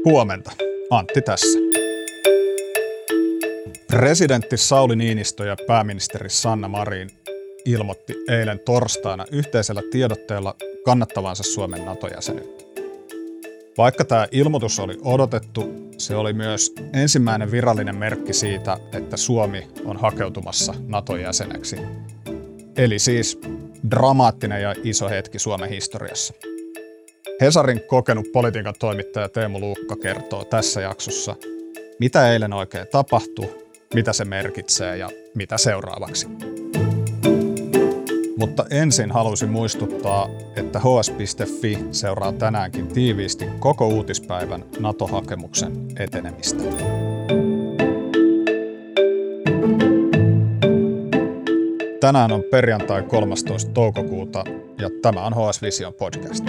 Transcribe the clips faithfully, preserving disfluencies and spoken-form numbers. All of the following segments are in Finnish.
Huomenta. Antti tässä. Presidentti Sauli Niinistö ja pääministeri Sanna Marin ilmoitti eilen torstaina yhteisellä tiedotteella kannattavansa Suomen NATO-jäsenyyttä. Vaikka tämä ilmoitus oli odotettu, se oli myös ensimmäinen virallinen merkki siitä, että Suomi on hakeutumassa NATO-jäseneksi. Eli siis dramaattinen ja iso hetki Suomen historiassa. Hesarin kokenut politiikan toimittaja Teemu Luukka kertoo tässä jaksossa, mitä eilen oikein tapahtui, mitä se merkitsee ja mitä seuraavaksi. Mutta ensin haluaisin muistuttaa, että h s piste f i seuraa tänäänkin tiiviisti koko uutispäivän NATO-hakemuksen etenemistä. Tänään on perjantai kolmastoista toukokuuta ja tämä on H S Vision podcast.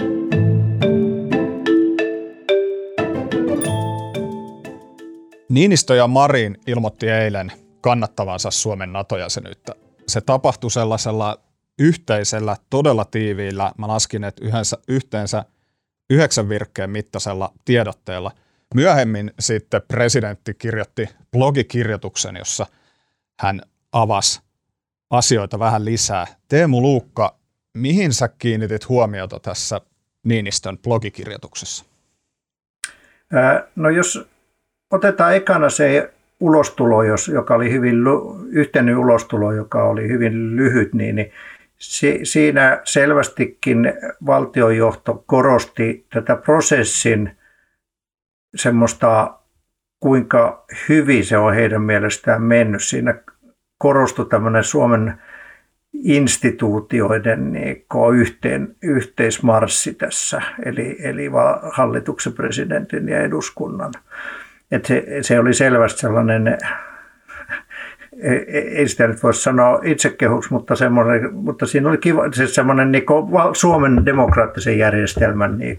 Niinistö ja Marin ilmoitti eilen kannattavansa Suomen NATO-jäsenyyttä. Se tapahtui sellaisella yhteisellä, todella tiiviillä, mä laskin, että yhdensä, yhteensä yhdeksän virkkeen mittaisella tiedotteella. Myöhemmin sitten presidentti kirjoitti blogikirjoituksen, jossa hän avasi asioita vähän lisää. Teemu Luukka, mihin sä kiinnitit huomiota tässä Niinistön blogikirjoituksessa? No jos otetaan ekana se ulostulo, joka oli hyvin yhteinen ulostulo, joka oli hyvin lyhyt, niin, niin si, siinä selvästikin valtionjohto korosti tätä prosessin semmoista, kuinka hyvin se on heidän mielestään mennyt. Siinä korostui tämmöinen Suomen instituutioiden niin yhteen, yhteismarssi tässä, eli, eli hallituksen, presidentin ja eduskunnan. Että se, se oli selvästi sellainen, ei sitä nyt voisi sanoa itsekehuksi, mutta, mutta siinä oli kiva, se semmoinen niin Suomen demokraattisen järjestelmän, niin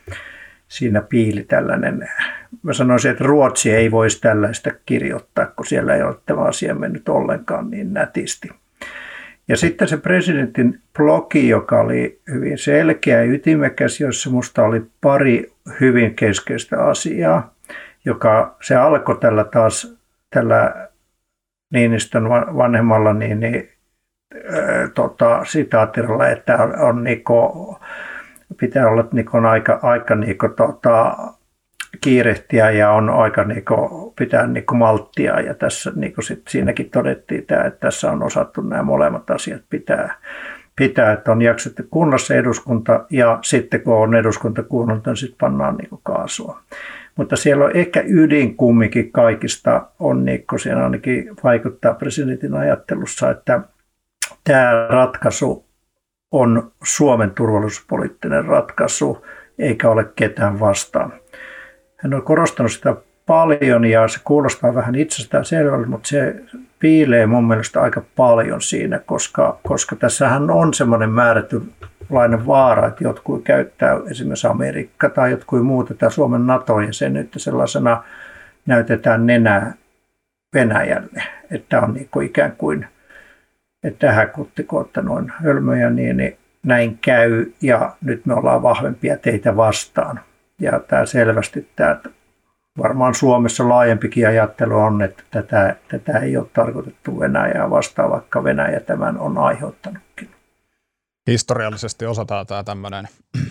siinä piili tällainen. Mä sanoisin, että Ruotsi ei voisi tällaista kirjoittaa, kun siellä ei ole tämä asia mennyt ollenkaan niin nätisti. Ja sitten se presidentin blogi, joka oli hyvin selkeä ja ytimekäs, jossa musta oli pari hyvin keskeistä asiaa, joka se alkoi tällä taas tällä Niinistön vanhemmalla niin, niin, ää, tota, sitaatilla, että on, on niinku, pitää olla niinku, aika, aika niinku, tota, kiirehtiä ja on aika niinku, pitää niinku, malttia. Ja tässä niinku, sit, siinäkin todettiin, tämä, että tässä on osattu nämä molemmat asiat pitää, pitää että on jaksettu kunnossa eduskunta ja sitten kun on eduskunta kuunneltu, niin sitten pannaan niinku, kaasua. Mutta siellä on ehkä ydin kumminkin kaikista on, niin kun siellä ainakin vaikuttaa presidentin ajattelussa, että tämä ratkaisu on Suomen turvallisuuspoliittinen ratkaisu, eikä ole ketään vastaan. Hän on korostanut sitä paljon ja se kuulostaa vähän itsestään selvältä, mutta se piilee mun mielestä aika paljon siinä, koska, koska tässähän on semmoinen määrätty lainen vaara, että jotkut käyttää esimerkiksi Amerikka tai jotkut muuta tätä Suomen NATO-jäsenyyttä sellaisena näytetään nenää Venäjälle, että on niin kuin ikään kuin, että häkuttiko, että noin hölmöjä, niin, niin näin käy ja nyt me ollaan vahvempia teitä vastaan. Ja tämä selvästi, tämä varmaan Suomessa laajempikin ajattelu on, että tätä, tätä ei ole tarkoitettu Venäjää vastaan, vaikka Venäjä tämän on aiheuttanutkin. Historiallisesti osataan tämä tämmöinen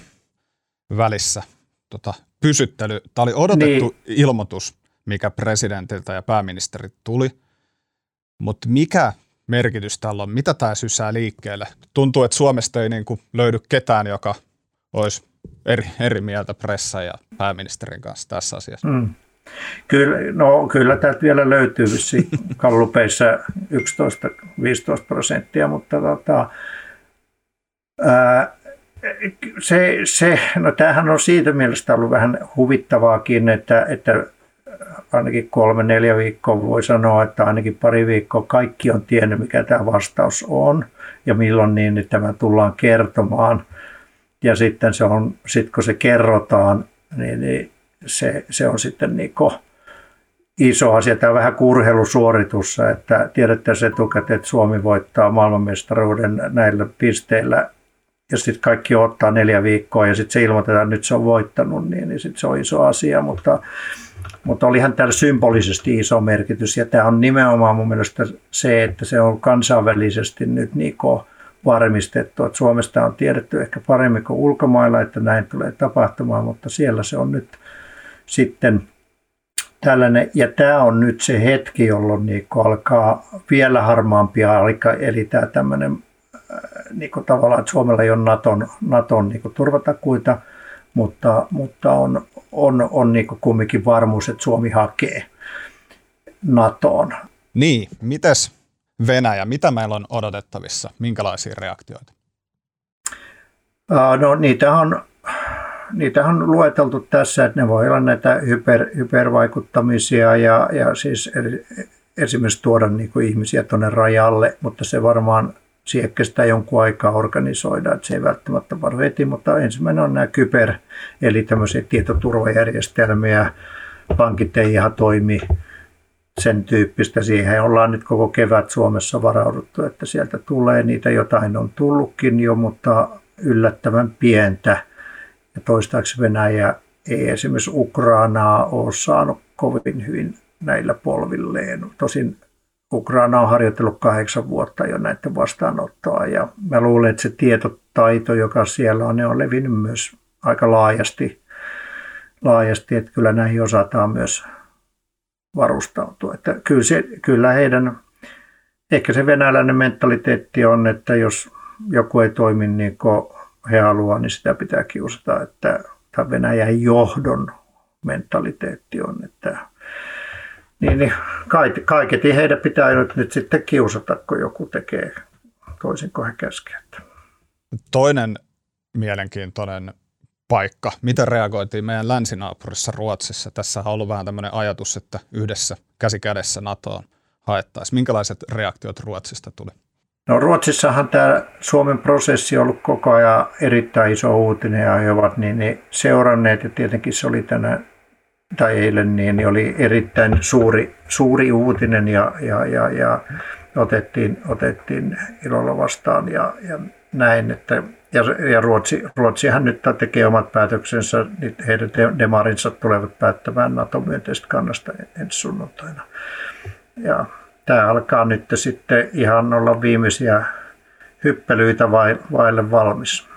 välissä tota, pysyttely. Tämä oli odotettu niin. ilmoitus, mikä presidentiltä ja pääministeriltä tuli, mutta mikä merkitys tällä on? Mitä tämä sysää liikkeelle? Tuntuu, että Suomesta ei niin kuin löydy ketään, joka olisi eri, eri mieltä pressan ja pääministerin kanssa tässä asiassa. Mm. Kyllä, no, kyllä täältä vielä löytyy gallupeissa yksitoista viisitoista prosenttia, mutta tota, ää, se, se, no tämähän on siitä mielestä ollut vähän huvittavaakin, että, että ainakin kolme, neljä viikkoa voi sanoa, että ainakin pari viikkoa kaikki on tiennyt, mikä tämä vastaus on ja milloin niin, että tämä tullaan kertomaan. Ja sitten se on, sit kun se kerrotaan, niin, niin se, se on sitten niin iso asia. Tämä on vähän kurheilusuoritus, että tiedätte se etukäteen, että Suomi voittaa maailmanmestaruuden näillä pisteillä ja sitten kaikki ottaa neljä viikkoa ja sitten se ilmoitetaan, että nyt se on voittanut, niin, niin sitten se on iso asia, mutta, mutta olihan täällä symbolisesti iso merkitys ja tämä on nimenomaan mun mielestä se, että se on kansainvälisesti nyt niin varmistettu, että Suomesta on tiedetty ehkä paremmin kuin ulkomailla, että näin tulee tapahtumaan, mutta siellä se on nyt sitten tällainen, ja tämä on nyt se hetki, jolloin niin alkaa vielä harmaampia aika, eli tämä tämmöinen niin tavallaan, että Suomella ei ole Naton, Naton niin turvatakuita, mutta, mutta on, on, on niin kumminkin varmuus, että Suomi hakee NATOon. Niin, mites Venäjä, mitä meillä on odotettavissa, minkälaisia reaktioita? No niitä on, niitä on lueteltu tässä, että ne voi olla näitä hyper, hypervaikuttamisia ja, ja siis esimerkiksi tuoda niin kuin ihmisiä tuonne rajalle, mutta se varmaan siihen kestää jonkun aikaa organisoida, että se ei välttämättä varu heti, mutta ensimmäinen on nämä kyber, eli tämmöisiä tietoturvajärjestelmiä, pankit ei ihan toimi, sen tyyppistä. Siihen ollaan nyt koko kevät Suomessa varauduttu, että sieltä tulee niitä, jotain on tullutkin jo, mutta yllättävän pientä. Ja toistaiseksi Venäjä ei esimerkiksi Ukrainaa ole saanut kovin hyvin näillä polvilleen. Tosin Ukraina on harjoitellut kahdeksan vuotta jo näiden vastaanottoa ja mä luulen, että se tietotaito, joka siellä on, ne on levinnyt myös aika laajasti, laajasti että kyllä näihin osataan myös varustautua. Että kyllä, se, kyllä heidän, ehkä se venäläinen mentaliteetti on, että jos joku ei toimi niin kuin he haluaa, niin sitä pitää kiusata, että tämä Venäjän johdon mentaliteetti on, että niin, niin kaiketi heidän pitää nyt, nyt sitten kiusata, kun joku tekee toisin kuin he käskevät. Toinen mielenkiintoinen paikka. Miten reagoitiin meidän länsinaapurissa Ruotsissa? Tässä on ollut vähän tämmöinen ajatus, että yhdessä käsi kädessä NATOon haettaisiin. Minkälaiset reaktiot Ruotsista tuli? No Ruotsissahan tämä Suomen prosessi on ollut koko ajan erittäin iso uutinen ja he ovat niin, niin seuranneet ja tietenkin se oli tänään tai eilen niin, niin oli erittäin suuri, suuri uutinen ja, ja, ja, ja otettiin, otettiin ilolla vastaan ja, ja näin, että ja, ja Ruotsi, Ruotsihan nyt tekee omat päätöksensä, niin heidän demarinsa tulevat päättämään NATO-myönteisestä kannasta ensi sunnuntaina. Ja tämä alkaa nyt sitten ihan olla viimeisiä hyppelyitä vaille valmis.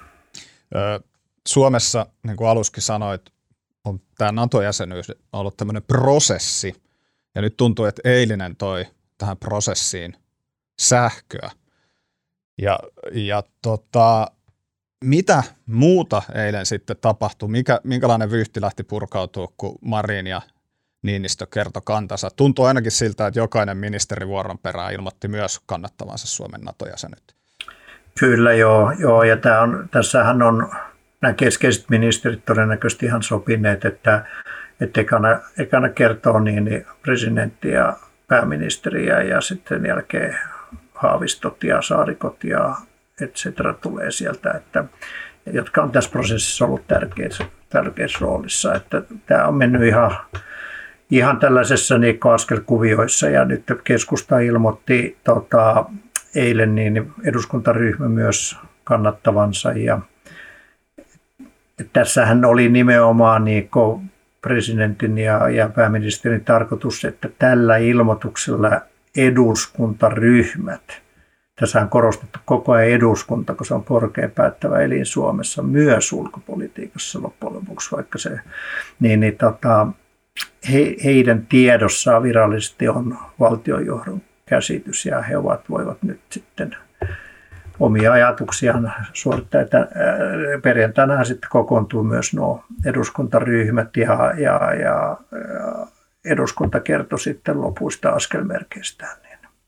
Suomessa, niin kuin aluskin sanoit, on tämä NATO-jäsenyys ollut tämmöinen prosessi, ja nyt tuntuu, että eilinen toi tähän prosessiin sähköä. Ja, ja tota, mitä muuta eilen sitten tapahtui? Mikä, minkälainen vyyhti lähti purkautua, kun Marin ja Niinistö kertoi kantansa? Tuntuu ainakin siltä, että jokainen ministeri vuoron perään ilmoitti myös kannattavansa Suomen NATO-jäsenyyttä. Kyllä joo, joo ja tämä on, tässähän on nämä keskeiset ministerit todennäköisesti ihan sopineet, että, että ekana, ekana kertoo niin, niin presidentti ja pääministeriä ja sitten jälkeen Haavistot ja Saarikot ja et cetera tulee sieltä, että, jotka on tässä prosessissa ollut tärkeässä, tärkeässä roolissa. Että tämä on mennyt ihan, ihan tällaisessa niin askelkuvioissa ja nyt keskusta ilmoitti tota, eilen niin eduskuntaryhmä myös kannattavansa ja tässähän oli nimenomaan niin presidentin ja, ja pääministerin tarkoitus, että tällä ilmoituksella eduskuntaryhmät, tässä on korostettu koko ajan eduskunta, kun se on korkein päättävä elin Suomessa, myös ulkopolitiikassa loppujen lopuksi, vaikka se, niin, niin tota, he, heidän tiedossaan virallisesti on valtionjohdon käsitys ja he ovat, voivat nyt sitten omia ajatuksiaan suorittaa. Perjantaina sitten kokoontuu myös nuo eduskuntaryhmät ja, ja, ja, ja eduskunta kertoi sitten lopuista askelmerkeistään.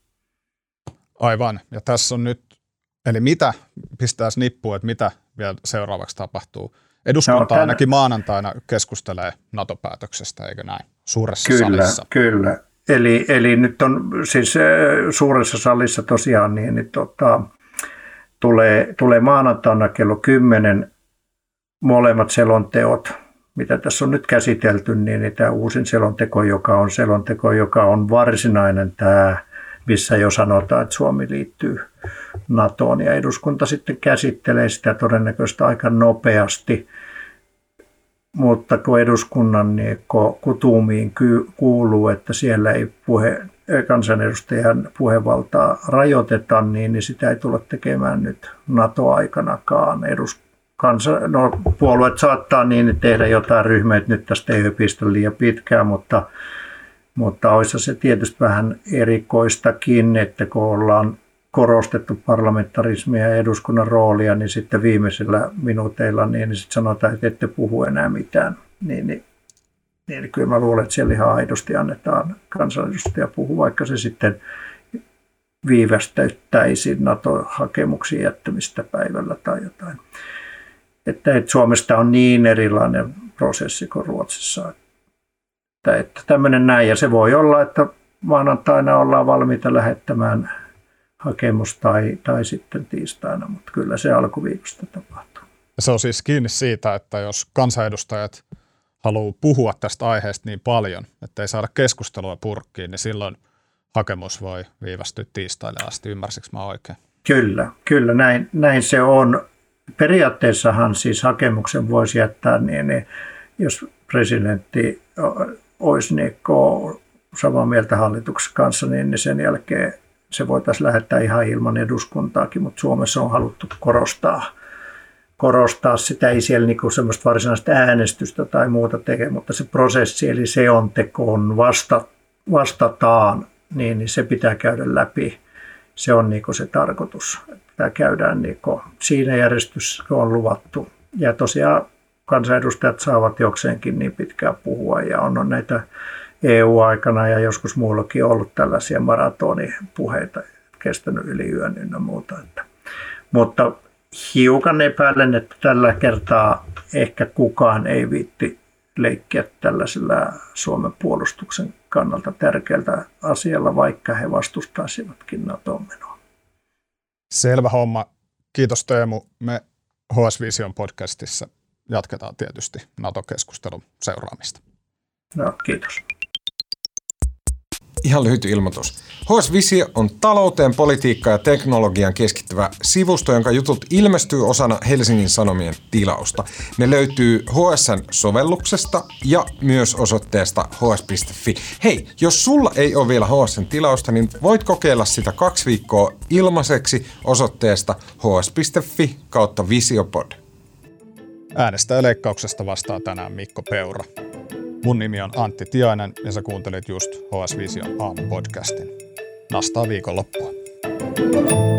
Aivan. Ja tässä on nyt, eli mitä pistää nippuun, että mitä vielä seuraavaksi tapahtuu? Eduskunta no, tämän... ainakin maanantaina keskustelee NATO-päätöksestä, eikö näin? Suuressa kyllä, salissa. Kyllä, eli, eli nyt on siis suuressa salissa tosiaan niin, niin tota, tulee, tulee maanantaina kello kymmenen molemmat selonteot, mitä tässä on nyt käsitelty, niin, niin tämä uusin selonteko, joka on selonteko, joka on varsinainen tämä missä jo sanotaan, että Suomi liittyy NATOon ja eduskunta sitten käsittelee sitä todennäköisesti aika nopeasti. Mutta kun eduskunnan niin kutuumiin kuuluu, että siellä ei puhe, kansanedustajan puhevaltaa rajoiteta, niin, niin sitä ei tulla tekemään nyt NATO-aikanakaan. Edus, kansa, no, puolueet saattaa niin tehdä jotain ryhmää, että nyt tästä ei höpistä liian pitkään, mutta, mutta olisi se tietysti vähän erikoistakin, että kun ollaan korostettu parlamentarismia ja eduskunnan roolia, niin sitten viimeisillä minuuteilla niin, niin sitten sanotaan, että ette puhu enää mitään. Niin, niin, niin kyllä mä luulen, että siellä ihan aidosti annetaan kansanedustaja puhua, vaikka se sitten viivästyttäisi NATO-hakemuksen jättämistä päivällä tai jotain. Että, että Suomesta on niin erilainen prosessi kuin Ruotsissa. Että, että tämmöinen näin, ja se voi olla, että maanantaina ollaan valmiita lähettämään hakemus tai, tai sitten tiistaina, mutta kyllä se alkuviikosta tapahtuu. Se on siis kiinni siitä, että jos kansanedustajat haluaa puhua tästä aiheesta niin paljon, että ei saada keskustelua purkkiin, niin silloin hakemus voi viivästyä tiistaille asti. Ymmärsikö mä oikein? Kyllä, kyllä näin, näin se on. Periaatteessahan siis hakemuksen voisi jättää, niin, niin jos presidentti olisi niin samaa mieltä hallituksen kanssa, niin sen jälkeen se voitaisiin lähettää ihan ilman eduskuntaakin, mutta Suomessa on haluttu korostaa, korostaa sitä, ei siellä niinku semmoista varsinaista äänestystä tai muuta tekee, mutta se prosessi, eli seontekoon vasta, vastataan, niin, niin se pitää käydä läpi. Se on niinku se tarkoitus. Tämä käydään niinku siinä järjestyssä, kun on luvattu. Ja tosiaan kansanedustajat saavat jokseenkin niin pitkään puhua, ja on, on näitä E U-aikana ja joskus muullakin ollut tällaisia maratonipuheita, kestänyt yli yön ynnä muuta. Että. Mutta hiukan epäilen, että tällä kertaa ehkä kukaan ei viitti leikkiä tällaisella Suomen puolustuksen kannalta tärkeältä asialla, vaikka he vastustaisivatkin NATOon menoa. Selvä homma. Kiitos Teemu. Me H S Vision podcastissa jatketaan tietysti NATO-keskustelun seuraamista. No, kiitos. Ihan lyhyt ilmoitus. H S Visio on talouteen, politiikkaan ja teknologiaan keskittyvä sivusto, jonka jutut ilmestyy osana Helsingin Sanomien tilausta. Ne löytyy H S:n-sovelluksesta ja myös osoitteesta h s piste f i. Hei, jos sulla ei ole vielä H S:n tilausta, niin voit kokeilla sitä kaksi viikkoa ilmaiseksi osoitteesta h s piste f i kautta visiopod. Äänestäjäleikkauksesta vastaa tänään Mikko Peura. Mun nimi on Antti Tiainen ja sä kuuntelit just H S Vision aamu podcastin. Nastaa viikonloppua.